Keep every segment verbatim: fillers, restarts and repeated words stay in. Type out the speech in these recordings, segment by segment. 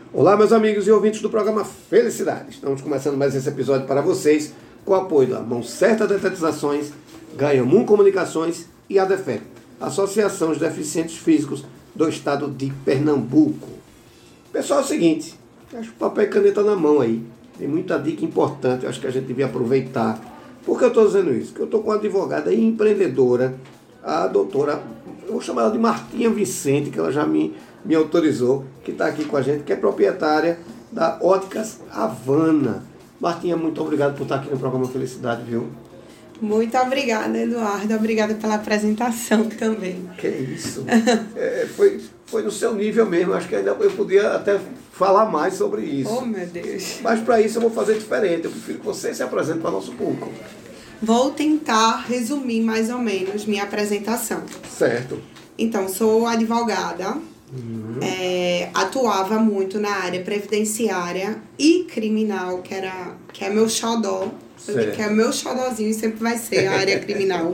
Olá, meus amigos e ouvintes do programa Felicidade. Estamos começando mais esse episódio para vocês com o apoio da Mão Certa Detetizações, Ganhamun Comunicações e a ADEFEP, Associação de Deficientes Físicos do Estado de Pernambuco. Pessoal, é o seguinte, acho que papel e caneta na mão aí. Tem muita dica importante, eu acho que a gente devia aproveitar. Por que eu estou dizendo isso? Porque eu estou com uma advogada e empreendedora, a doutora, eu vou chamar ela de Martinha Vicente, que ela já me, me autorizou, que está aqui com a gente, que é proprietária da Óticas Havana. Martinha, muito obrigado por estar aqui no programa Felicidade, viu? Muito obrigada, Eduardo. Obrigada pela apresentação também. Que isso. é, foi, foi no seu nível mesmo. Acho que ainda eu podia até falar mais sobre isso. Oh, meu Deus. Mas para isso eu vou fazer diferente. Eu prefiro que você se apresente para o nosso público. Vou tentar resumir mais ou menos minha apresentação. Certo. Então, sou advogada. Uhum. É, atuava muito na área previdenciária e criminal, que, era, que é meu xodó. Que é o meu xodózinho e sempre vai ser a área criminal.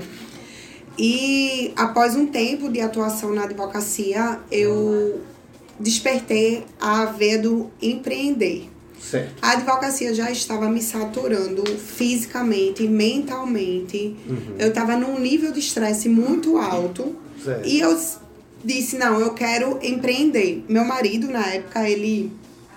E após um tempo de atuação na advocacia, eu despertei a veia do empreender. Certo. A advocacia já estava me saturando fisicamente e mentalmente. Uhum. Eu estava num nível de estresse muito alto. Certo. E eu disse, não, eu quero empreender. Meu marido, na época, ele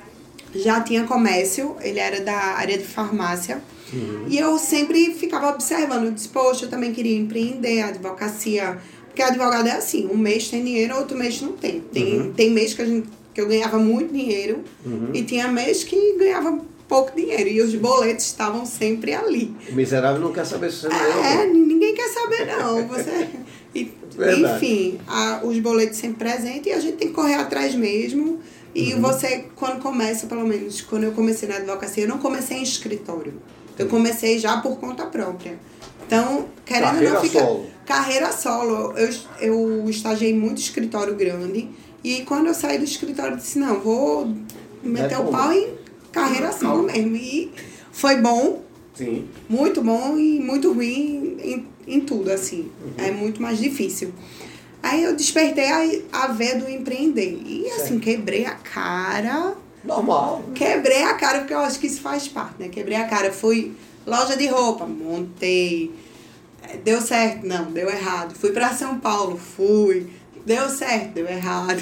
já tinha comércio, ele era da área de farmácia. Uhum. E eu sempre ficava observando, eu disse, poxa, eu também queria empreender, a advocacia, porque a advogada é assim, um mês tem dinheiro, outro mês não tem. Tem, uhum. tem mês que, a gente, que eu ganhava muito dinheiro, uhum. e tinha mês que ganhava pouco dinheiro, e os boletos estavam sempre ali. O miserável não quer saber se você não é. É, ninguém quer saber não, você... E, enfim, a, os boletos sempre presentes, e a gente tem que correr atrás mesmo. E uhum. você, quando começa, pelo menos, quando eu comecei na advocacia, eu não comecei em escritório. Eu comecei já por conta própria. Então, querendo carreira não ficar... Solo. Carreira solo. Eu, eu estagiei muito em escritório grande. E quando eu saí do escritório, eu disse, não, vou meter é o pau em carreira solo mesmo. E foi bom. Sim. Muito bom e muito ruim em, em tudo, assim. Uhum. É muito mais difícil. Aí eu despertei a, a veia do empreender. E certo. Assim, quebrei a cara... Normal. Quebrei a cara, porque eu acho que isso faz parte, né? Quebrei a cara. Fui loja de roupa, montei. Deu certo? Não, deu errado. Fui pra São Paulo, fui. Deu certo? Deu errado.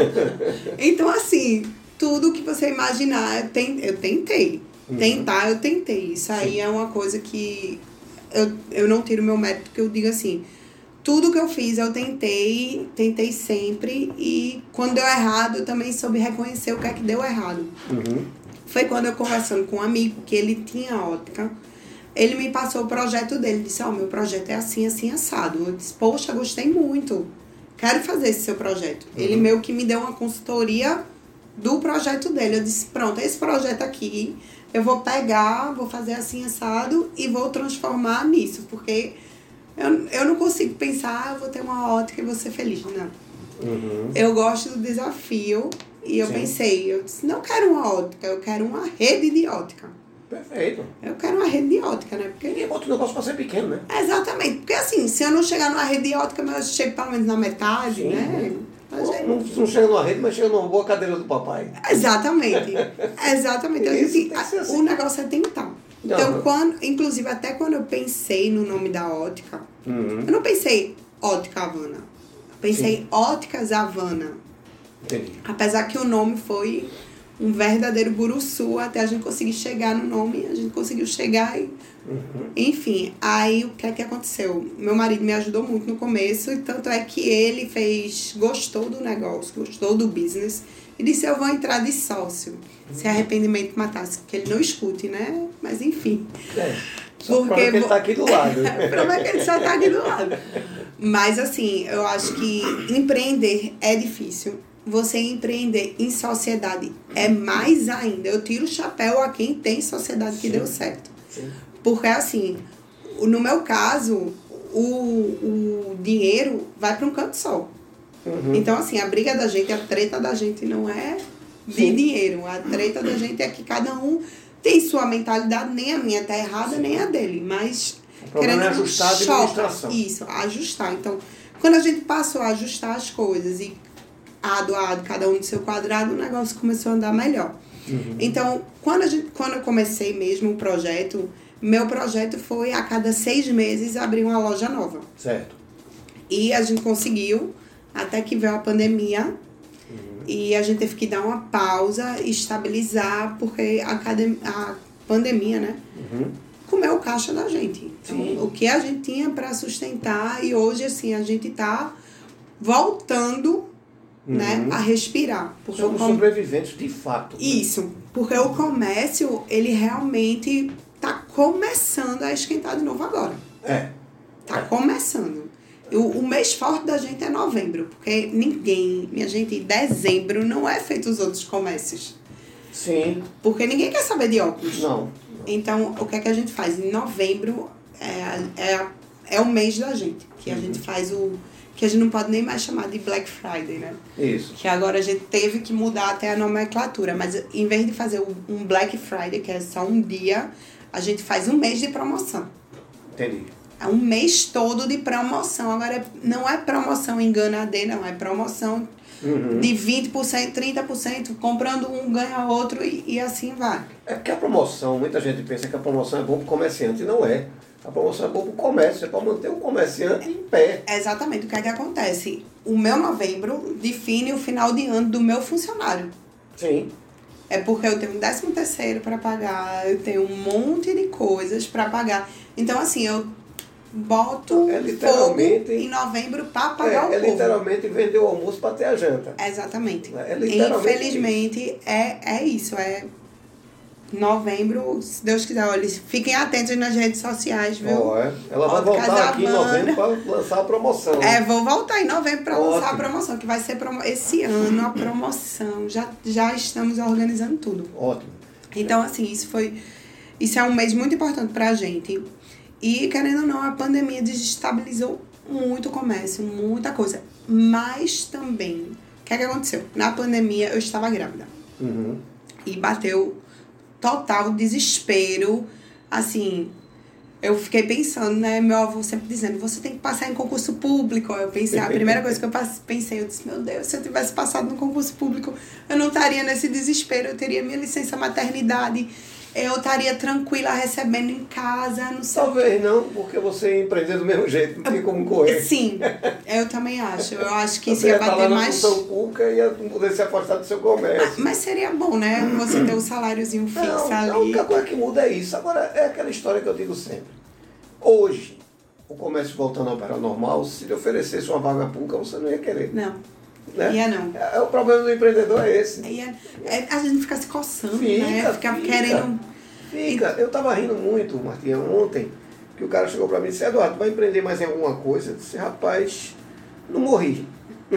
Então, assim, tudo que você imaginar, eu, tem, eu tentei. Uhum. Tentar, eu tentei. Isso aí Sim. é uma coisa que eu, eu não tiro meu mérito, porque eu digo assim... Tudo que eu fiz, eu tentei, tentei sempre. E quando deu errado, eu também soube reconhecer o que é que deu errado. Uhum. Foi quando eu conversando com um amigo, que ele tinha ótica, ele me passou o projeto dele. Disse, ó, oh, meu projeto é assim, assim, assado. Eu disse, poxa, gostei muito. Quero fazer esse seu projeto. Uhum. Ele meio que me deu uma consultoria do projeto dele. Eu disse, pronto, esse projeto aqui, eu vou pegar, vou fazer assim, assado, e vou transformar nisso. Porque... Eu, eu não consigo pensar, ah, eu vou ter uma ótica e vou ser feliz. Não. Uhum. Eu gosto do desafio e eu Sim. pensei, eu disse, não quero uma ótica, eu quero uma rede de ótica. Perfeito. Eu quero uma rede de ótica, né? Porque... E outro negócio para ser pequeno, né? Exatamente. Porque assim, se eu não chegar numa rede de ótica, mas eu chego pelo menos na metade, Sim. né? Não, gente... não, não chega numa rede, mas chega numa boa cadeira do papai. Exatamente. Exatamente. Isso, assim, assim. O negócio é tentar. Então, quando, inclusive, até quando eu pensei no nome da ótica, uhum. eu não pensei Ótica Havana. Eu pensei Sim. Óticas Havana. Entendi. Apesar que o nome foi um verdadeiro buruçu até a gente conseguir chegar no nome, a gente conseguiu chegar e... Uhum. Enfim, aí o que é que aconteceu? Meu marido me ajudou muito no começo, e tanto é que ele fez, gostou do negócio, gostou do business, e disse, eu vou entrar de sócio. Se arrependimento matasse, que ele não escute, né? Mas enfim. É, só porque ele está aqui do lado. O problema é que ele só está aqui do lado. Mas assim, eu acho que empreender é difícil. Você empreender em sociedade é mais ainda. Eu tiro o chapéu a quem tem sociedade que Sim. deu certo. Sim. Porque assim, no meu caso, o, o dinheiro vai para um canto só. Uhum. Então assim, a briga da gente, a treta da gente não é... de Sim. dinheiro. A treta da gente é que cada um tem sua mentalidade, nem a minha tá errada, Sim. nem a dele. Mas o problema é ajustar a administração. Isso, ajustar. Então, quando a gente passou a ajustar as coisas e ado a ado, cada um do seu quadrado, o negócio começou a andar melhor. Uhum. Então, quando, a gente, quando eu comecei mesmo o projeto, meu projeto foi a cada seis meses abrir uma loja nova. Certo. E a gente conseguiu, até que veio a pandemia, uhum. e a gente teve que dar uma pausa, estabilizar, porque a, academ- a pandemia, né, uhum. comeu o caixa da gente. Então, Sim. o que a gente tinha para sustentar, e hoje, assim, a gente tá voltando, uhum. né, a respirar. Porque Somos com... sobreviventes de fato. Isso, porque o comércio, ele realmente tá começando a esquentar de novo agora. É. Tá é. começando. O, o mês forte da gente é novembro, porque ninguém, minha gente, dezembro não é feito os outros comércios. Sim. Porque ninguém quer saber de óculos. Não. não. Então, o que é que a gente faz? Em novembro é, é, é o mês da gente, que uhum. a gente faz o... que a gente não pode nem mais chamar de Black Friday, né? Isso. Que agora a gente teve que mudar até a nomenclatura, mas em vez de fazer um Black Friday, que é só um dia, a gente faz um mês de promoção. Entendi. É um mês todo de promoção. Agora, não é promoção enganadê, não. É promoção uhum. de vinte por cento, trinta por cento, comprando um, ganha outro e, e assim vai. É porque a promoção, muita gente pensa que a promoção é boa para o comerciante, e não é. A promoção é boa para o comércio, é para manter o comerciante em pé. Exatamente. O que é que acontece? O meu novembro define o final de ano do meu funcionário. Sim. É porque eu tenho um décimo terceiro para pagar, eu tenho um monte de coisas para pagar. Então, assim, eu boto é literalmente, fogo em novembro para pagar é, o é povo. É literalmente vender o almoço para ter a janta. Exatamente. É literalmente Infelizmente, isso. É, é isso. É novembro, se Deus quiser. Olha, fiquem atentos nas redes sociais, viu? Oh, é. Ela vai voltar Casabana. Aqui em novembro para lançar a promoção. É, vou voltar em novembro para lançar a promoção, que vai ser promo... esse ano a promoção. Já, já estamos organizando tudo. Ótimo. Então, assim, isso foi... Isso é um mês muito importante para a gente. E, querendo ou não, a pandemia desestabilizou muito o comércio, muita coisa. Mas também, o que é que aconteceu? Na pandemia, eu estava grávida. Uhum. E bateu total desespero. Assim, eu fiquei pensando, né? Meu avô sempre dizendo, você tem que passar em concurso público. Eu pensei, a primeira coisa que eu pensei, eu disse, meu Deus, se eu tivesse passado no concurso público, eu não estaria nesse desespero, eu teria minha licença maternidade, eu estaria tranquila recebendo em casa, não sei. Talvez não, porque você empreender do mesmo jeito, não tem como correr. Sim, eu também acho. Eu acho que você isso ia bater mais... Você ia função pública e ia não poder se afastar do seu comércio. Ah, mas seria bom, né? Você ter um saláriozinho fixo não, ali. A única coisa que muda é isso. Agora, é aquela história que eu digo sempre. Hoje, o comércio voltando a operar normal, se lhe oferecesse uma vaga pública, você não ia querer. Não. Né? Ia não. É, o problema do empreendedor é esse. Ia, é, a gente fica se coçando, fica, né? Fica, fica querendo... Fica. Eu estava rindo muito, Martinha, ontem, que o cara chegou para mim e disse, Eduardo, vai empreender mais em alguma coisa? Eu disse, rapaz, não morri.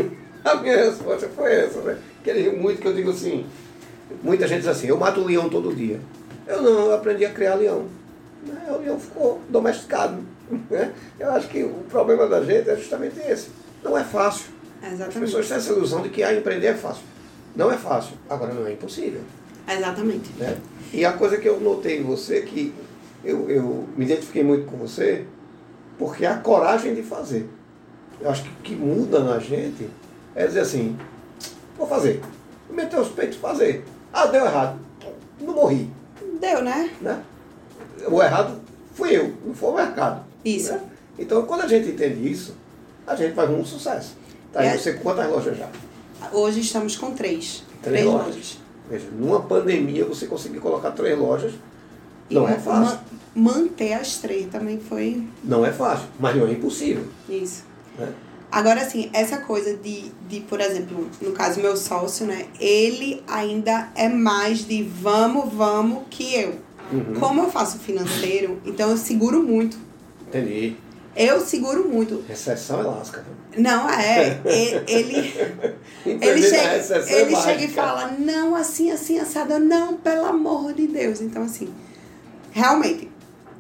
A minha resposta foi essa, né? Que ele riu muito, que eu digo assim, muita gente diz assim, eu mato o leão todo dia. Eu não, eu aprendi a criar leão. O leão ficou domesticado. Né? Eu acho que o problema da gente é justamente esse. Não é fácil. Exatamente. As pessoas têm essa ilusão de que ah, empreender é fácil. Não é fácil. Agora não é impossível. Exatamente. Né? E a coisa que eu notei em você, que eu, eu me identifiquei muito com você, porque a coragem de fazer. Eu acho que o que muda na gente é dizer assim, vou fazer. Meter os peitos e fazer. Ah, deu errado. Não morri. Deu, né? né? O errado fui eu, não foi o mercado. Isso. Né? Então, quando a gente entende isso, a gente vai rumo um sucesso. Tá? É. E você, quantas lojas já? Hoje estamos com três. Três, três lojas. lojas. Veja, numa pandemia você conseguir colocar três lojas, não e é fácil. Manter as três também foi... Não é fácil, mas não é impossível. Isso. Né? Agora, assim, essa coisa de, de, por exemplo, no caso, meu sócio, né? Ele ainda é mais de vamos, vamos, que eu. Uhum. Como eu faço financeiro, então eu seguro muito. Entendi. Eu seguro muito. Recessão é lasca. Não, é. Ele, ele chega, ele é chega e fala, não, assim, assim, assado. Não, pelo amor de Deus. Então, assim, realmente,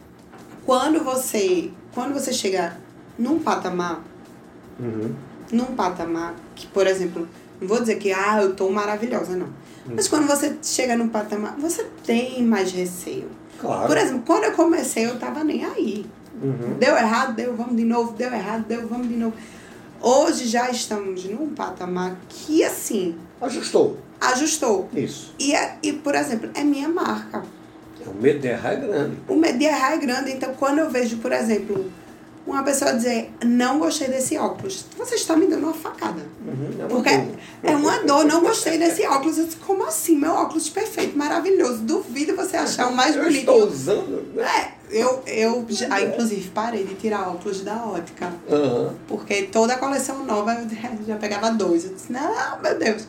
quando você, quando você chega num patamar, uhum. num patamar que, por exemplo, não vou dizer que, ah, eu tô maravilhosa, não. Uhum. Mas quando você chega num patamar, você tem mais receio. Claro. Por exemplo, quando eu comecei, eu tava nem aí. Uhum. Deu errado, deu, vamos de novo, deu errado, deu, vamos de novo. Hoje já estamos num patamar que, assim... Ajustou. Ajustou. Isso. E, é- e, por exemplo, é minha marca. O medo de errar é grande. O medo de errar é grande. Então, quando eu vejo, por exemplo, uma pessoa dizer, não gostei desse óculos, você está me dando uma facada. Uhum, é uma Porque dor. é uma dor, não gostei desse óculos. Eu disse, como assim? Meu óculos perfeito, maravilhoso. Duvido você achar o mais Eu bonito. estou usando, né? É, eu, eu já, inclusive, parei de tirar óculos da ótica. Aham. Porque toda a coleção nova eu já pegava dois. Eu disse, não, meu Deus.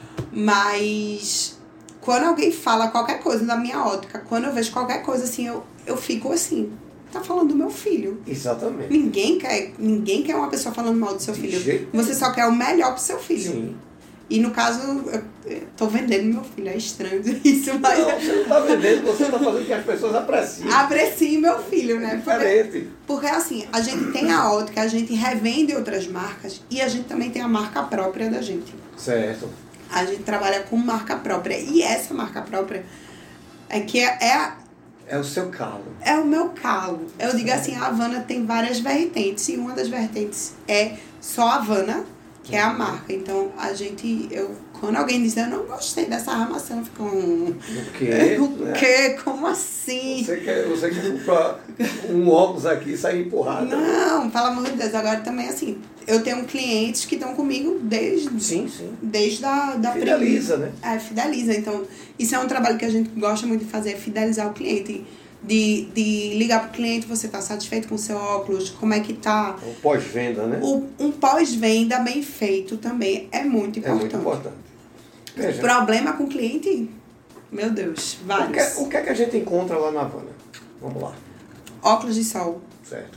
Mas quando alguém fala qualquer coisa da minha ótica, quando eu vejo qualquer coisa assim, eu, eu fico assim, tá falando do meu filho. Exatamente. Ninguém quer, ninguém quer uma pessoa falando mal do seu De filho. jeito Você só quer o melhor pro seu filho. Sim. E no caso, eu, eu tô vendendo meu filho. É estranho dizer isso, mas... Não, você não está vendendo, você está fazendo que as pessoas apreciem. Aprecie meu filho, É né? diferente. Porque assim, a gente tem a ótica, a gente revende outras marcas e a gente também tem a marca própria da gente. Certo. A gente trabalha com marca própria. E essa marca própria é que é, é, a- É o seu calo. é o meu calo. Eu digo assim, a Havana tem várias vertentes e uma das vertentes é só a Havana, que é a marca. Então, a gente... Eu, quando alguém diz, eu não gostei dessa armação, eu fico... Hum, O quê? o né? quê? Como assim? Você quer, você quer comprar um óculos aqui e sair empurrado? Não, pelo amor de Deus. Agora também, assim, eu tenho clientes que estão comigo desde... Sim, sim. Desde a da Fideliza, né? É, fideliza. Então, isso é um trabalho que a gente gosta muito de fazer, é fidelizar o cliente. De, de ligar pro cliente, você tá satisfeito com o seu óculos, como é que tá. O pós-venda, né? O, um pós-venda bem feito também é muito É importante. muito importante. O Veja, problema com o cliente, meu Deus, o vários. que, o que é que a gente encontra lá na Havana? Vamos lá. Óculos de sol, Certo.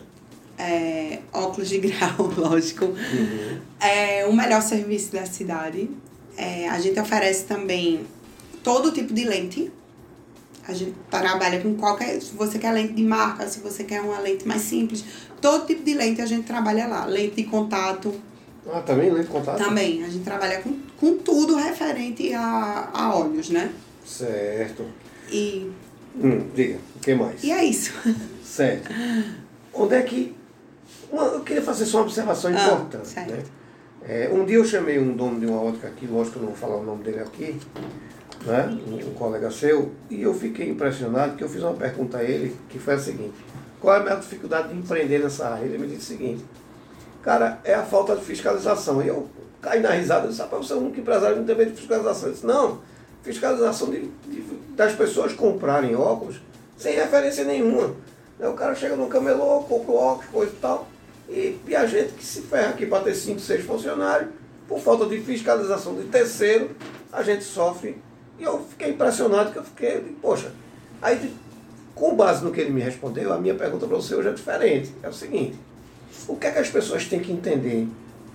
é, óculos de grau, lógico. Uhum. É o melhor serviço da cidade. É, a gente oferece também todo tipo de lente. A gente trabalha com qualquer... Se você quer lente de marca, se você quer uma lente mais simples, todo tipo de lente a gente trabalha lá. Lente de contato Ah, também lente de contato? também. A gente trabalha com, com tudo referente a, a olhos, né? Certo. E, Hum, diga, o que mais? e é isso. Certo. Onde é que... Uma, eu queria fazer só uma observação Ah, importante. certo. Né? É, um dia eu chamei um dono de uma ótica aqui, lógico que eu não vou falar o nome dele aqui, né? um, um colega seu, e eu fiquei impressionado porque eu fiz uma pergunta a ele, que foi a seguinte: qual é a minha dificuldade de empreender nessa área? Ele me disse o seguinte: cara, é a falta de fiscalização. E eu caí na risada, eu disse: rapaz, você é o único empresário que não tem medo de fiscalização. Ele disse: não, fiscalização de, de, das pessoas comprarem óculos sem referência nenhuma. Aí o cara chega no camelô, compra o óculos, coisa e tal, e, e a gente que se ferra aqui para ter cinco, seis funcionários, por falta de fiscalização de terceiro, a gente sofre. E eu fiquei impressionado, que eu fiquei, poxa, aí com base no que ele me respondeu, a minha pergunta para você hoje é diferente. É o seguinte: o que é que as pessoas têm que entender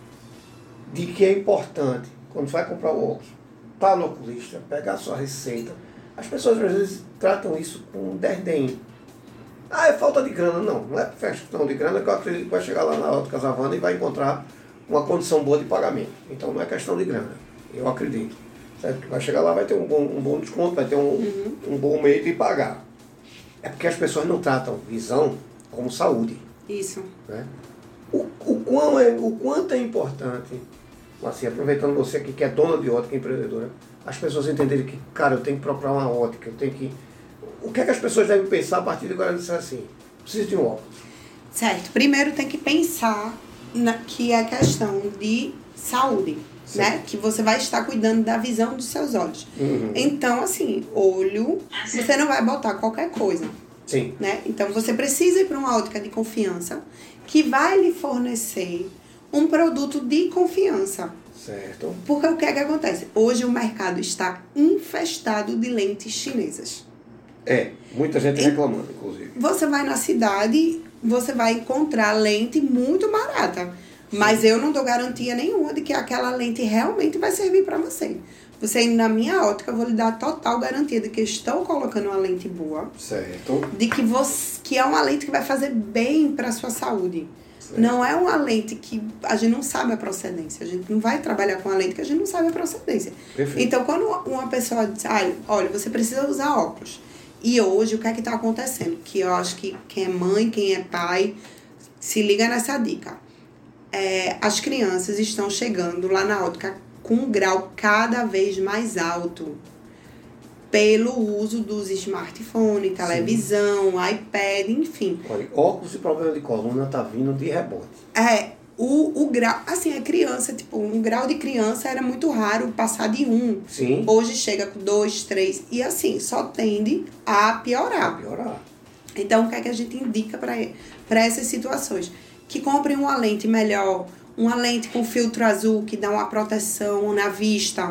de que é importante, quando vai comprar o óculos, tá no oculista, pegar a sua receita? As pessoas às vezes tratam isso com desdém. Ah, é falta de grana. Não, não é questão de grana, que eu acredito que vai chegar lá na Óticas Havana e vai encontrar uma condição boa de pagamento. Então não é questão de grana, eu acredito. Certo? Que vai chegar lá, vai ter um bom, um bom desconto, vai ter um, Uhum. um bom meio de pagar. É porque as pessoas não tratam visão como saúde. Isso. Né? O, o, quão é, o quanto é importante, assim, aproveitando você aqui que é dona de ótica, empreendedora, as pessoas entenderem que, cara, eu tenho que procurar uma ótica, eu tenho que... O que é que as pessoas devem pensar a partir de agora? Dizer assim: preciso de um óculos. Certo. Primeiro tem que pensar na, que é questão de saúde, Sim. né? Que você vai estar cuidando da visão dos seus olhos. Uhum. Então, assim, olho, você não vai botar qualquer coisa, Sim. né? Então, você precisa ir para uma ótica de confiança que vai lhe fornecer um produto de confiança. Certo. Porque o que é que acontece? Hoje o mercado está infestado de lentes chinesas. É, muita gente reclamando, inclusive. Você vai na cidade, você vai encontrar lente muito barata. Mas eu não dou garantia nenhuma de que aquela lente realmente vai servir para você. Você indo na minha ótica, eu vou lhe dar total garantia de que estou colocando uma lente boa. Certo. De que, você, que é uma lente que vai fazer bem para a sua saúde. Certo. Não é uma lente que a gente não sabe a procedência. A gente não vai trabalhar com uma lente que a gente não sabe a procedência. Perfeito. Então, quando uma pessoa diz, ah, olha, você precisa usar óculos. E hoje, o que é que está acontecendo? Que eu acho que quem é mãe, quem é pai, se liga nessa dica. é, as crianças estão chegando lá na ótica com um grau cada vez mais alto pelo uso dos smartphones, televisão, Sim. iPad, enfim. Olha, óculos e problema de coluna tá vindo de rebote. É, o, o grau, assim, a criança, tipo, um grau de criança era muito raro passar de um. Sim. Hoje chega com dois, três, e assim, só tende a piorar. A piorar. Então, o que é que a gente indica para essas situações? Que comprem uma lente melhor, uma lente com filtro azul que dá uma proteção na vista,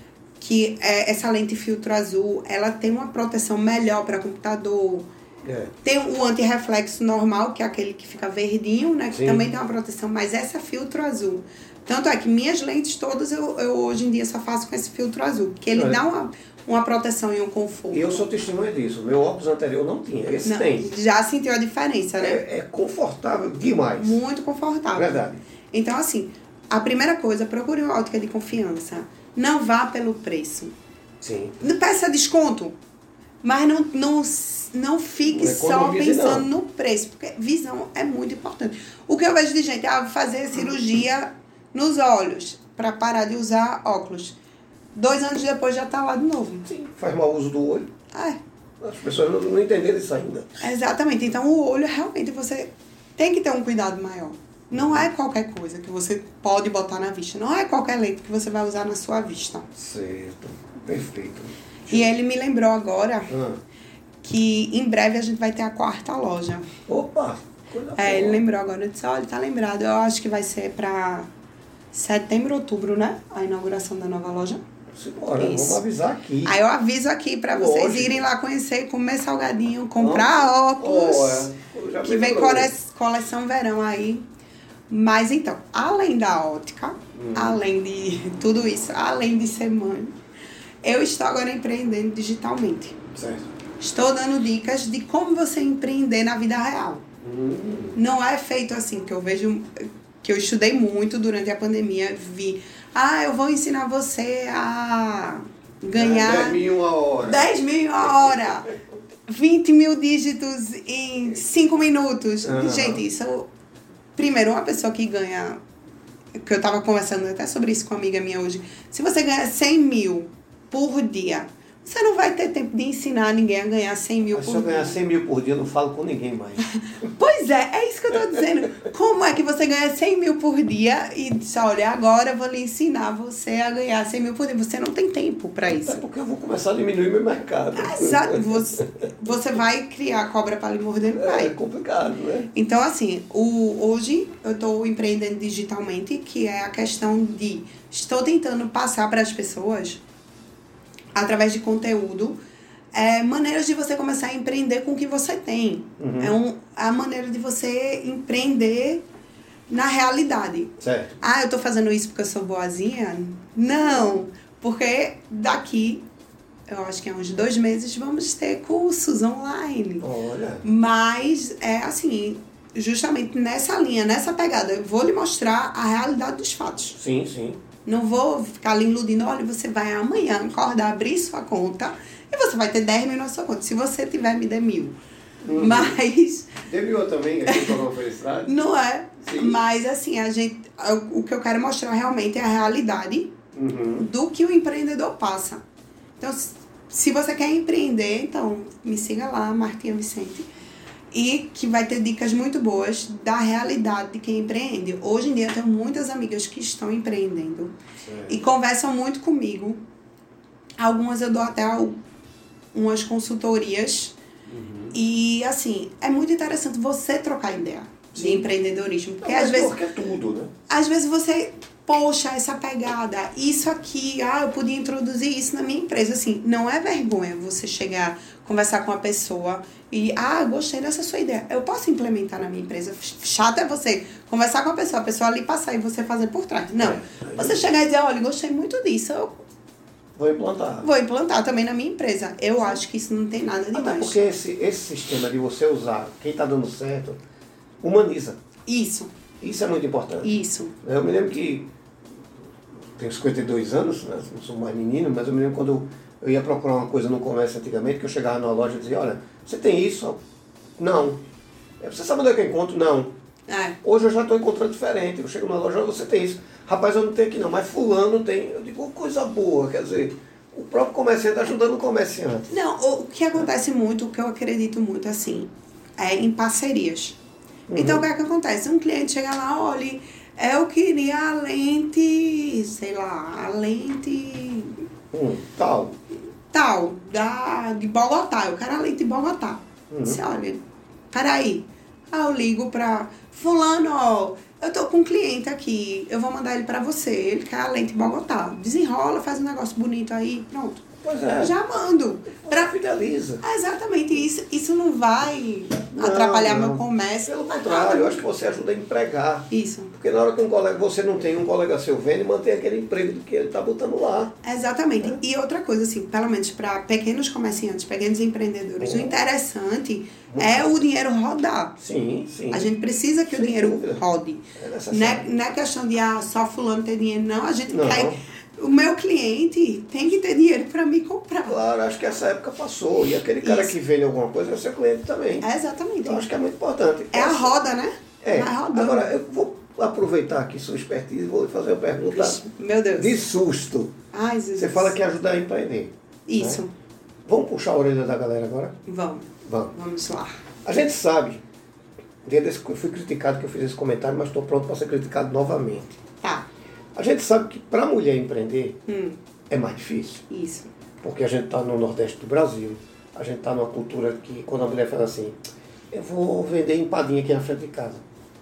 que é, essa lente filtro azul, ela tem uma proteção melhor para computador. É. Tem o antirreflexo normal, que é aquele que fica verdinho, né? Que Sim. também tem uma proteção, mas essa filtro azul. Tanto é que minhas lentes todas eu, eu hoje em dia só faço com esse filtro azul, porque ele é. dá uma, uma proteção e um conforto. E eu sou testemunha disso. Meu óculos anterior não tinha, esse não, tem. Já sentiu a diferença, né? É, é confortável demais. Muito confortável. Verdade. Então, assim, a primeira coisa, procure uma ótica de confiança. Não vá pelo preço. Sim. Não peça desconto, mas não, não, não fique não só pensando não. no preço, porque visão é muito importante. O que eu vejo de gente, ah, vou fazer cirurgia nos olhos para parar de usar óculos. Dois anos depois já está lá de novo. Sim, faz mau uso do olho. É. As pessoas não, não entenderam isso ainda. Exatamente. Então, o olho, realmente, você tem que ter um cuidado maior. Não é qualquer coisa que você pode botar na vista. Não é qualquer lente que você vai usar na sua vista. Certo. Perfeito. E ele me lembrou agora ah. que em breve a gente vai ter a quarta loja. Opa! Coisa é, ele lembrou agora. Eu disse, olha, tá lembrado. Eu acho que vai ser pra setembro, outubro, né? A inauguração da nova loja. Simbora, vamos avisar aqui. Aí eu aviso aqui pra Lógico. vocês irem lá conhecer, comer salgadinho, comprar Nossa. óculos. Oh, é. Que vem cole... coleção verão aí. Mas então, além da ótica, hum. além de tudo isso, além de ser mãe, eu estou agora empreendendo digitalmente. Certo. Estou dando dicas de como você empreender na vida real. Hum. Não é feito assim, que eu vejo, que eu estudei muito durante a pandemia, vi, ah, eu vou ensinar você a ganhar dez mil uma hora. dez mil uma hora. vinte mil dígitos em cinco minutos. Uhum. Gente, isso... Primeiro, uma pessoa que ganha... Que eu estava conversando até sobre isso com uma amiga minha hoje. Se você ganha cem mil por dia, você não vai ter tempo de ensinar ninguém a ganhar cem mil Mas por dia. dia. Se eu ganhar cem mil por dia, eu não falo com ninguém mais. Pois é, é isso que eu estou dizendo. Como é que você ganha cem mil por dia e diz, olha, agora eu vou lhe ensinar você a ganhar cem mil por dia. Você não tem tempo para isso. É porque eu vou começar a diminuir meu mercado. Exato. Você, você vai criar cobra para lhe morder, não vai. É complicado, né? Então, assim, o, hoje eu estou empreendendo digitalmente, que é a questão de... Estou tentando passar para as pessoas, através de conteúdo, é, maneiras de você começar a empreender com o que você tem. Uhum. É um, a maneira de você empreender na realidade. Certo. Ah, eu tô fazendo isso porque eu sou boazinha? Não, porque daqui, eu acho que é uns dois meses, vamos ter cursos online. Olha. Mas, é assim, justamente nessa linha, nessa pegada, eu vou lhe mostrar a realidade dos fatos. Sim, sim. Não vou ficar lhe iludindo, olha, você vai amanhã acordar, abrir sua conta e você vai ter dez mil na sua conta. Se você tiver, me dê mil. Uhum. Mas... Dê mil também aqui para uma felicidade? Não é. Sim. Mas, assim, a gente, o que eu quero mostrar realmente é a realidade uhum. do que o empreendedor passa. Então, se você quer empreender, então me siga lá, Martinha Vicente. E que vai ter dicas muito boas da realidade de quem empreende. Hoje em dia eu tenho muitas amigas que estão empreendendo. Certo. E conversam muito comigo. Algumas eu dou até umas consultorias. Uhum. E assim, é muito interessante você trocar ideia de Sim. empreendedorismo. Porque Não, às vezes. Porque é tudo, né? Às vezes você. Poxa, essa pegada, isso aqui, ah, eu podia introduzir isso na minha empresa. Assim, não é vergonha você chegar, conversar com a pessoa e, ah, gostei dessa sua ideia. Eu posso implementar na minha empresa. Chato é você conversar com a pessoa, a pessoa ali passar e você fazer por trás. Não. É, você chegar e dizer, olha, gostei muito disso, eu vou implantar. Vou implantar também na minha empresa. Eu Sim. acho que isso não tem nada demais. Até porque esse, esse sistema de você usar quem está dando certo, humaniza. Isso. Isso é muito importante. Isso. Eu me lembro que tenho cinquenta e dois anos, né? Não sou mais menino, mas eu me lembro quando eu ia procurar uma coisa no comércio antigamente, que eu chegava numa loja e dizia, olha, você tem isso? Não. Você sabe onde é que eu encontro? Não. É. Hoje eu já estou encontrando diferente. Eu chego na loja, você tem isso. Rapaz, eu não tenho aqui não, mas fulano tem. Eu digo, coisa boa, quer dizer, o próprio comerciante ajudando o comerciante. Não, o que acontece muito, o que eu acredito muito, assim, é em parcerias. Uhum. Então, o que é que acontece? Um cliente chega lá, olha, eu queria a lente, sei lá, a lente... Hum, tal. Tal, da, de Bogotá. Eu quero a lente de Bogotá. Uhum. Você olha, peraí. Aí eu ligo pra fulano, ó, eu tô com um cliente aqui, eu vou mandar ele pra você. Ele quer a lente de Bogotá. Desenrola, faz um negócio bonito aí, pronto. Pois é. Já mando. Pra... Fideliza. Ah, exatamente. Isso, isso não vai não, atrapalhar não. meu comércio. Pelo contrário, eu acho que você ajuda a empregar. Isso. Porque na hora que um colega, você não tem um colega seu vende, mantém aquele emprego que ele está botando lá. Exatamente. É. E outra coisa, assim, pelo menos para pequenos comerciantes, pequenos empreendedores, uhum. o interessante uhum. é o dinheiro rodar. Sim, sim. A gente precisa que Sem o dinheiro dúvida. rode. É não, é, não é questão de ah, só fulano ter dinheiro, não. A gente não. quer... O meu cliente tem que ter dinheiro para me comprar. Claro, acho que essa época passou. E aquele cara Isso. que vende alguma coisa é seu cliente também. É exatamente. Então acho que é muito importante. É essa... a roda, né? É. Agora, eu vou aproveitar aqui sua expertise e vou fazer uma pergunta meu Deus. de susto. Ai, Jesus. Você fala que ajuda a empreender. Isso. Né? Vamos puxar a orelha da galera agora? Vamos. Vamos. Vamos lá. A gente sabe, dia desse, eu fui criticado que eu fiz esse comentário, mas estou pronto para ser criticado novamente. Tá. A gente sabe que para a mulher empreender hum. é mais difícil. Isso. Porque a gente está no Nordeste do Brasil, a gente está numa cultura que quando a mulher fala assim, eu vou vender empadinha aqui na frente de casa.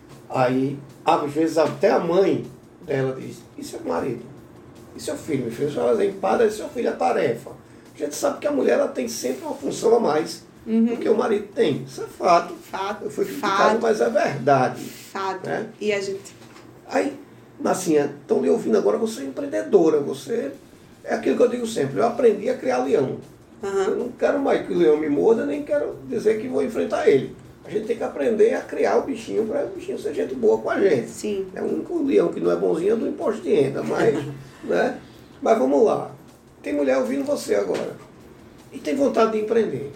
Aí, às vezes, até a mãe dela diz, e seu marido? E seu filho? Meu filho, ela empada, e seu filho é tarefa. A gente sabe que a mulher ela tem sempre uma função a mais uhum. do que o marido tem. Isso é fato. Fato. Eu fui criticado, fato. mas é verdade. Fato. Né? E a gente... Aí, Marcinha, estão lhe ouvindo agora, você é empreendedora, você... É aquilo que eu digo sempre, eu aprendi a criar leão. Uhum. Eu não quero mais que o leão me morda, nem quero dizer que vou enfrentar ele. A gente tem que aprender a criar o bichinho para o bichinho ser gente boa com a gente. Sim. É o único leão que não é bonzinho é do imposto de renda, mas, né? Mas vamos lá. Tem mulher ouvindo você agora e tem vontade de empreender.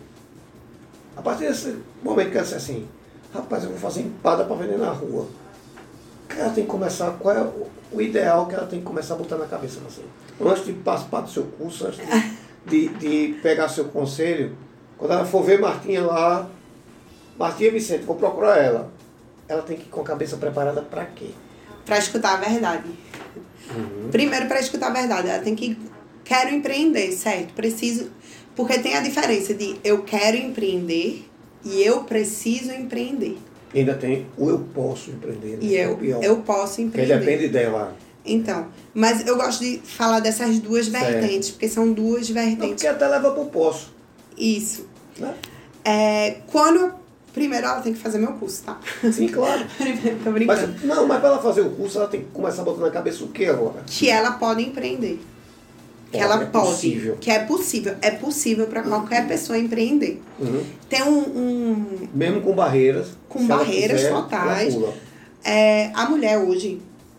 A partir desse momento que ela diz assim, rapaz, eu vou fazer empada para vender na rua. Ela tem que começar, qual é o, o ideal que ela tem que começar a botar na cabeça assim? Antes de participar do seu curso, antes de, de, de pegar seu conselho, quando ela for ver Martinha lá, Martinha Vicente, vou procurar ela. Ela tem que ir com a cabeça preparada para quê? Para escutar a verdade. Uhum. Primeiro, para escutar a verdade. Ela tem que... Quero empreender, certo? Preciso... Porque tem a diferença de eu quero empreender e eu preciso empreender. E ainda tem o eu posso empreender. Né? E eu, é eu posso empreender. Que depende dela. Então, mas eu gosto de falar dessas duas certo. vertentes, porque são duas vertentes. Não, porque até leva pro poço. Isso. Né? É, quando... Primeiro ela tem que fazer meu curso, tá? Sim, claro. Tô brincando. Mas, não, mas para ela fazer o curso, ela tem que começar a botar na cabeça o que agora? Que ela pode empreender. Que pode, ela é pode. Possível. Que é possível. É possível para qualquer uhum. pessoa empreender. Uhum. Tem um, um... Mesmo com barreiras. Com barreiras quiser, totais. É, a mulher hoje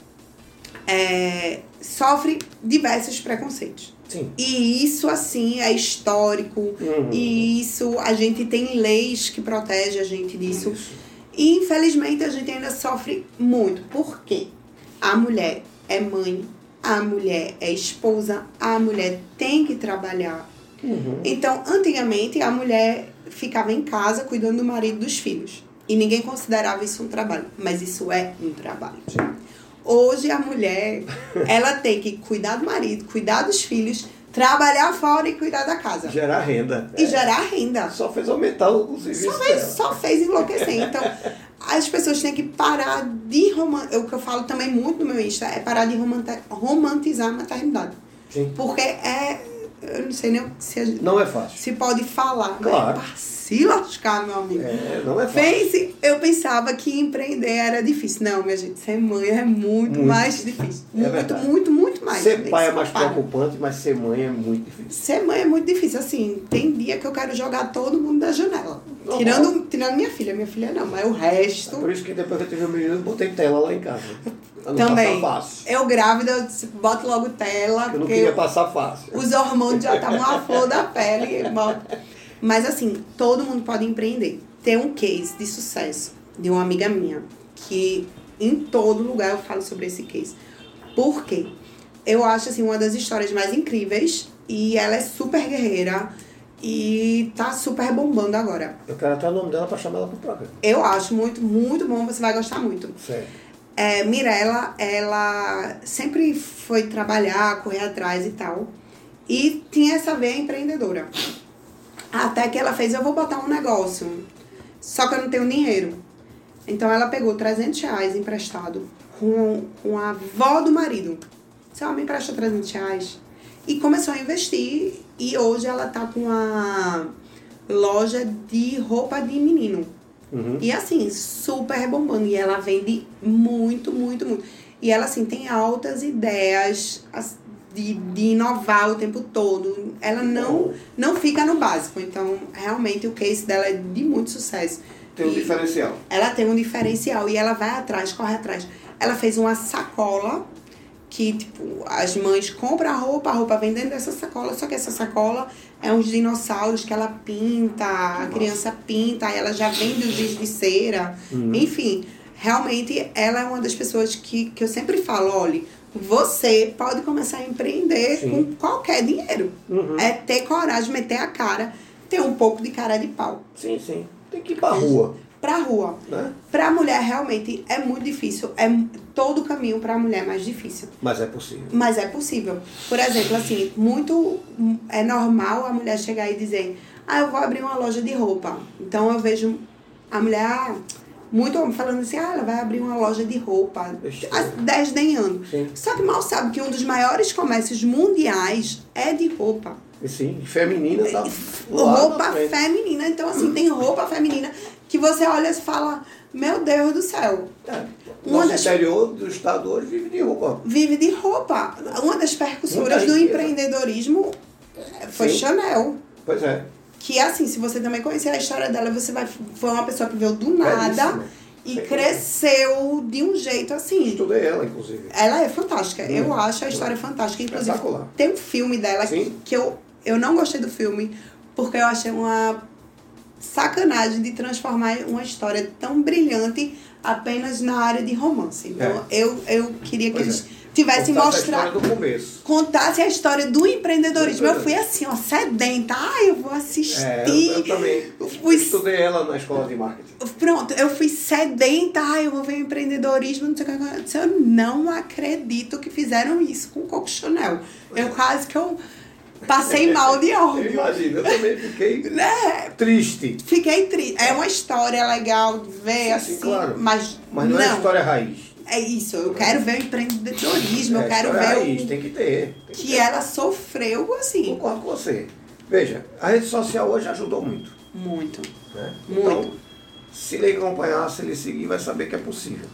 é, sofre diversos preconceitos. Sim. E isso, assim, é histórico. Uhum. E isso, a gente tem leis que protegem a gente disso. Isso. E, infelizmente, a gente ainda sofre muito. Por quê? A mulher é mãe, a mulher é esposa, a mulher tem que trabalhar. Uhum. Então, antigamente, a mulher ficava em casa cuidando do marido e dos filhos. E ninguém considerava isso um trabalho. Mas isso é um trabalho. Sim. Hoje a mulher, ela tem que cuidar do marido, cuidar dos filhos, trabalhar fora e cuidar da casa. Gerar renda. E é. gerar renda. Só fez aumentar o serviço só fez, dela. Só fez enlouquecer. Então, as pessoas têm que parar de romantizar. O que eu falo também muito no meu Insta é parar de romantizar a maternidade. Sim. Porque é... Eu não sei nem se a gente, não é fácil. Se pode falar. Claro. Mas é se lascar, meu amigo. É, não é fácil. Pense, eu pensava que empreender era difícil. Não, minha gente, ser mãe é muito, muito mais difícil. É muito, verdade. muito, muito mais. Ser pai é mais pai. preocupante, mas ser mãe é muito difícil. Ser mãe é muito difícil. Assim, tem dia que eu quero jogar todo mundo da janela. Não, tirando, tirando minha filha. Minha filha não, mas o resto... É por isso que depois que eu tive o menino, eu botei tela lá em casa. Pra não também. Passar fácil. Eu grávida, eu boto logo tela. Eu não queria eu, passar fácil. Os hormônios já estavam à flor da pele. Mas assim, todo mundo pode empreender. Tem um case de sucesso de uma amiga minha, que em todo lugar eu falo sobre esse case. Por quê? Eu acho, assim, uma das histórias mais incríveis e ela é super guerreira e tá super bombando agora. Eu quero até o nome dela pra chamar ela pro programa. Eu acho muito, muito bom, você vai gostar muito. Certo. É, Mirella, ela sempre foi trabalhar, correr atrás e tal. E tinha essa veia empreendedora. Até que ela fez, eu vou botar um negócio, só que eu não tenho dinheiro. Então ela pegou trezentos reais emprestado com, com a avó do marido. Se ela me emprestou trezentos reais. E começou a investir. E hoje ela tá com uma loja de roupa de menino. Uhum. E assim, super bombando. E ela vende muito, muito, muito. E ela, assim, tem altas ideias de, de inovar o tempo todo. Ela não, não fica no básico. Então, realmente, o case dela é de muito sucesso. Tem um e diferencial. Ela tem um diferencial. E ela vai atrás, corre atrás. Ela fez uma sacola que, tipo, as mães compram a roupa, a roupa vem dentro dessa sacola, só que essa sacola é uns dinossauros que ela pinta, a criança pinta, aí ela já vende os giz de cera, uhum. Enfim, realmente ela é uma das pessoas que, que eu sempre falo, olha, você pode começar a empreender Sim. com qualquer dinheiro. Uhum. É ter coragem, meter a cara, ter um pouco de cara de pau. Sim, sim. Tem que ir pra rua. Pra rua. Né? Pra mulher, realmente, é muito difícil. É todo o caminho pra mulher é mais difícil. Mas é possível. Mas é possível. Por exemplo, assim, muito... É normal a mulher chegar e dizer, ah, eu vou abrir uma loja de roupa. Então, eu vejo a mulher... Muito homem falando assim, ah, ela vai abrir uma loja de roupa. Desdenhando. Sim. Só que mal sabe que um dos maiores comércios mundiais é de roupa. Sim, feminina. Tá roupa feminina. Então, assim, tem roupa feminina que você olha e fala, meu Deus do céu. É. Nosso das... interior do estado hoje vive de roupa. Vive de roupa. Uma das percussoras do empreendedorismo foi Sim. Chanel. Pois é. Que, assim, se você também conhecer a história dela, você vai... Foi uma pessoa que veio do nada Belíssima. E Sei cresceu de um jeito assim. Estudei ela, inclusive. Ela é fantástica. Hum. Eu acho a história hum. fantástica. Inclusive, tem um filme dela que, que eu, eu não gostei do filme, porque eu achei uma sacanagem de transformar uma história tão brilhante apenas na área de romance. Então, é. eu, eu queria que pois eles é. tivessem mostrado... Contasse a história do começo. Contasse a história do empreendedorismo. Eu fui assim, ó, sedenta. Ai, eu vou assistir. É, eu, eu também. Eu fui... Estudei ela na escola de marketing. Pronto, eu fui sedenta. Ai, eu vou ver o empreendedorismo. Não sei o que. Eu não acredito que fizeram isso com o Coco Chanel. Eu quase que eu... Passei mal de ódio. Imagina, eu também fiquei é, triste. Fiquei triste. É uma história legal de ver, sim, assim, sim, claro. mas, mas não, não é história raiz. É isso, eu quero ver o empreendedorismo, é, eu quero ver raiz, o... tem que ter. Tem que que ter. ela sofreu, assim. Concordo com você. Veja, a rede social hoje ajudou muito. Muito. Né? Muito. Então, se ele acompanhar, se ele seguir, vai saber que é possível.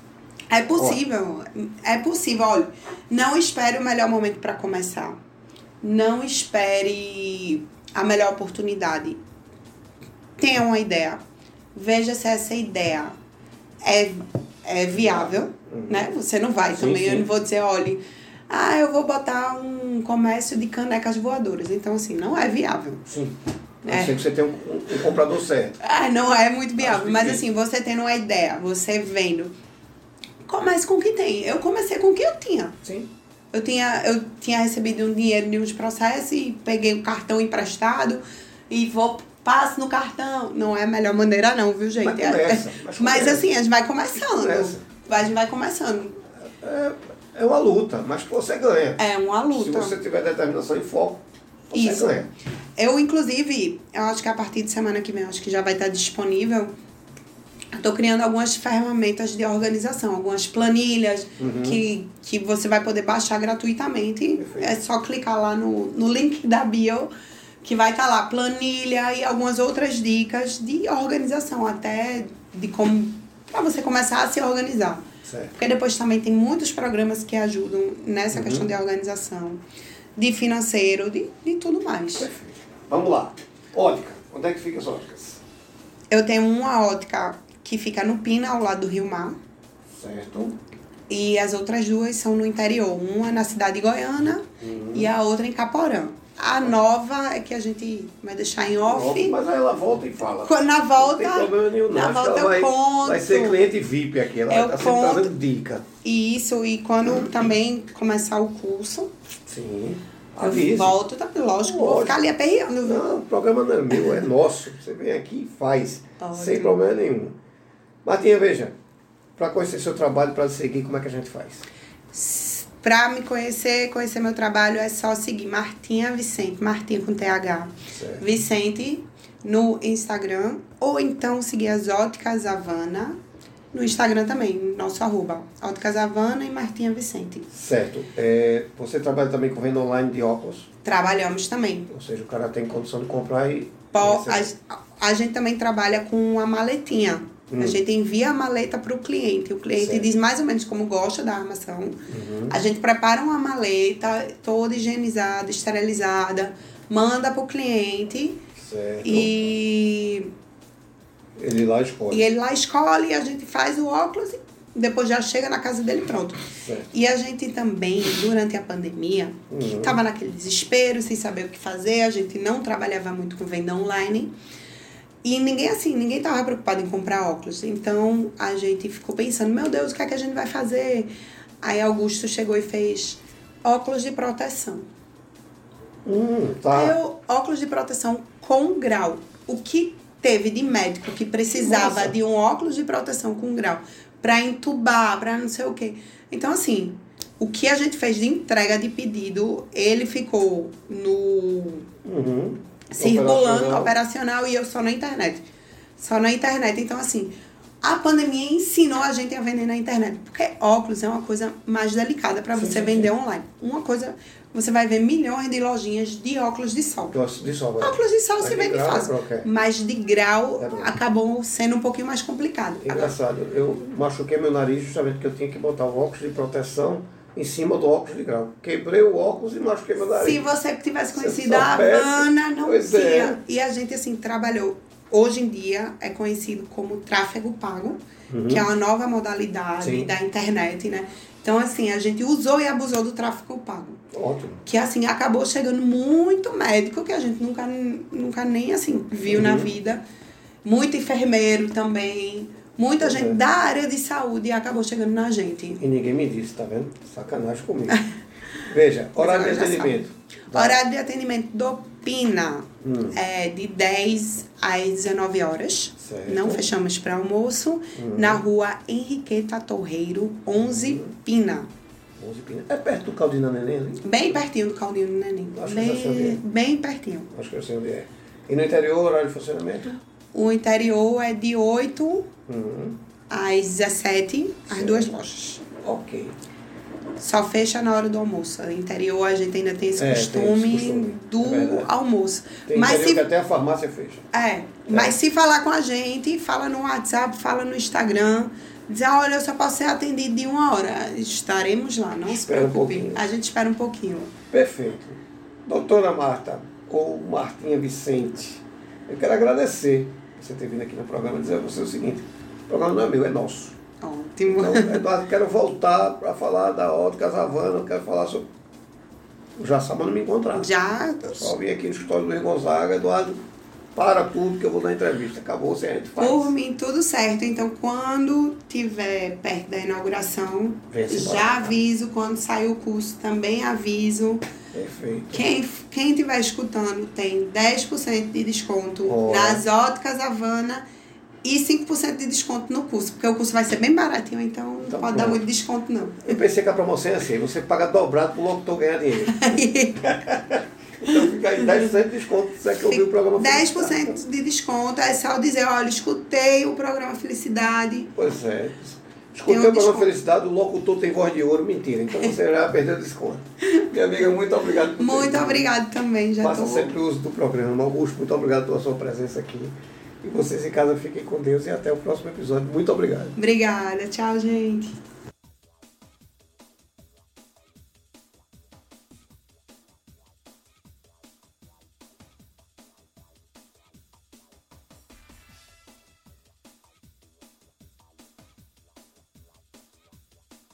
É possível, Olha. é possível. Olha, não espere o melhor momento para começar. Não espere a melhor oportunidade. Tenha uma ideia. Veja se essa ideia é, é viável, uhum. né? Você não vai sim, também, sim. Eu não vou dizer, olha, ah, eu vou botar um comércio de canecas voadoras. Então, assim, não é viável. Sim. É. Sei que você tem um, um, um comprador certo. Ah, não é muito viável. Mas, assim, você tendo uma ideia, você vendo, comece com o que tem. Eu comecei com o que eu tinha. Sim. Eu tinha, eu tinha recebido um dinheiro de uns processos e peguei o cartão emprestado e vou, passo no cartão. Não é a melhor maneira não, viu, gente? Mas, começa, mas, mas assim, a gente vai começando. Começa. A gente vai começando. É, é uma luta, mas que você ganha. É uma luta. Se você tiver determinação e foco, você Isso. ganha. Eu, inclusive, eu acho que a partir de semana que vem, eu acho que já vai estar disponível... Estou criando algumas ferramentas de organização, algumas planilhas uhum. que, que você vai poder baixar gratuitamente. Perfeito. É só clicar lá no, no link da bio, que vai estar lá planilha e algumas outras dicas de organização, até de como para você começar a se organizar. Certo. Porque depois também tem muitos programas que ajudam nessa uhum. questão de organização, de financeiro, de, de tudo mais. Perfeito. Vamos lá. Ótica. Onde é que ficam as óticas? Eu tenho uma ótica que fica no Pina, ao lado do Rio Mar. Certo. E as outras duas são no interior. Uma na cidade de Goiânia uhum. e a outra em Caporã. A nova é que a gente vai deixar em off. Mas aí ela volta e fala. Quando, na volta, não tem problema nenhum, não. na Acho volta que ela vai, eu conto. vai ser cliente V I P aqui. Ela Eu vai estar sempre conto. trazendo dica. Isso, e quando também começar o curso, Sim. eu Avise. volto, tá, lógico, Lógico. vou ficar ali aperreando, viu? Não, o programa não é meu, é nosso. Você vem aqui e faz, Ótimo. sem problema nenhum. Martinha, veja, para conhecer seu trabalho, para seguir, como é que a gente faz? Pra me conhecer, conhecer meu trabalho, é só seguir Martinha Vicente, Martinha com T H, Certo. Vicente, no Instagram, ou então seguir as Óticas Havana, no Instagram também, nosso arroba, Óticas Havana e Martinha Vicente. Certo. É, você trabalha também com venda online de óculos? Trabalhamos também. Ou seja, o cara tem condição de comprar e... Po- a, a gente também trabalha com a maletinha. Hum. A gente envia a maleta para o cliente. O cliente Certo. diz mais ou menos como gosta da armação. Uhum. A gente prepara uma maleta toda higienizada, esterilizada, manda para o cliente Certo. e, Ele lá escolhe. e ele lá escolhe, a gente faz o óculos e depois já chega na casa dele pronto. Certo. E a gente também, durante a pandemia, Uhum. estava naquele desespero, sem saber o que fazer, a gente não trabalhava muito com venda online. E ninguém assim, ninguém estava preocupado em comprar óculos. Então a gente ficou pensando, meu Deus, o que é que a gente vai fazer? Aí Augusto chegou e fez óculos de proteção. Hum, tá. Eu, óculos de proteção com grau. O que teve de médico que precisava Nossa. de um óculos de proteção com grau para entubar, para não sei o quê. Então, assim, o que a gente fez de entrega de pedido, ele ficou no Uhum. circulando, Operacional. operacional, e eu só na internet. Só na internet. Então, assim, a pandemia ensinou a gente a vender na internet. Porque óculos é uma coisa mais delicada para Sim, você sim, vender sim. online. Uma coisa, você vai ver milhões de lojinhas de óculos de sol. Gosto de sol, velho. Óculos de sol Mas se de vende grau, fácil. é broca, é. Mas de grau É broca. acabou sendo um pouquinho mais complicado. Agora, Engraçado, eu machuquei meu nariz justamente porque eu tinha que botar o óculos de proteção em cima do óculos de grau. Quebrei o óculos e machuquei meu nariz. se você tivesse Se conhecido a soubesse, Havana, não pois tinha. é. E a gente, assim, trabalhou. Hoje em dia é conhecido como tráfego pago, Uhum. que é uma nova modalidade Sim. da internet, né? Então, assim, a gente usou e abusou do tráfego pago. Ótimo. Que, assim, acabou chegando muito médico que a gente nunca, nunca nem, assim, viu Uhum. na vida. Muito enfermeiro também. Muita Pois gente é. da área de saúde acabou chegando na gente. E ninguém me disse, tá vendo? Sacanagem comigo. Veja, horário de Mas ela já atendimento. Horário de atendimento do Pina Hum. é de dez às dezenove horas. Certo. Não fechamos para almoço. Hum. Na rua Henriqueta Torreiro, onze, Pina. onze Pina. É perto do Caldina Neném ali? Bem pertinho do Caldinho do Neném. Acho que eu já sei onde é. Bem, bem pertinho. Acho que eu sei onde é. E no interior, horário de funcionamento? O interior é de oito Uhum. às dezessete, as Certo. duas lojas. Ok. Só fecha na hora do almoço. No interior a gente ainda tem esse É, tem costume, esse costume. do É verdade. almoço. Tem Mas interior se que até a farmácia fecha. É, mas se falar com a gente, fala no WhatsApp, fala no Instagram, dizer, olha, eu só posso ser atendido de uma hora. Estaremos lá, não Espera se um preocupe. pouquinho. A gente espera um pouquinho. Perfeito. Doutora Marta, ou Martinha Vicente, eu quero agradecer você ter vindo aqui no programa e dizer a você o seguinte, o programa não é meu, é nosso. Ótimo. Então, Eduardo, quero voltar para falar da Óticas Havana, eu quero falar sobre... O Jaçaba não me encontrar. Já, Eu só vim aqui no escritório do Luiz Gonzaga, Eduardo, para tudo que eu vou dar entrevista. Acabou, se a gente faz. por mim, tudo certo. Então, quando tiver perto da inauguração, Vem se embora. já aviso. Quando sair o curso, também aviso. Perfeito. Quem quem estiver escutando tem dez por cento de desconto Olha. nas Óticas Havana e cinco por cento de desconto no curso, porque o curso vai ser bem baratinho, então não Então, pode dar pronto. muito desconto, não. Eu pensei que a promoção ia ser, você paga dobrado pro locutor ganhar dinheiro. Então fica aí dez por cento de desconto, se é que ouviu o programa dez por Felicidade. cento de desconto, é só dizer, olha, escutei o programa Felicidade. Pois é. Escutei Tem um o programa desconto. Felicidade, o locutor tem voz de ouro, mentira. Então você já perdeu o desconto. Minha amiga, muito obrigado por Muito ter vindo. obrigado também, já Faça tô... sempre uso do programa. Augusto, muito obrigado pela sua presença aqui. E vocês em casa fiquem com Deus e até o próximo episódio. Muito obrigado. Obrigada, tchau, gente.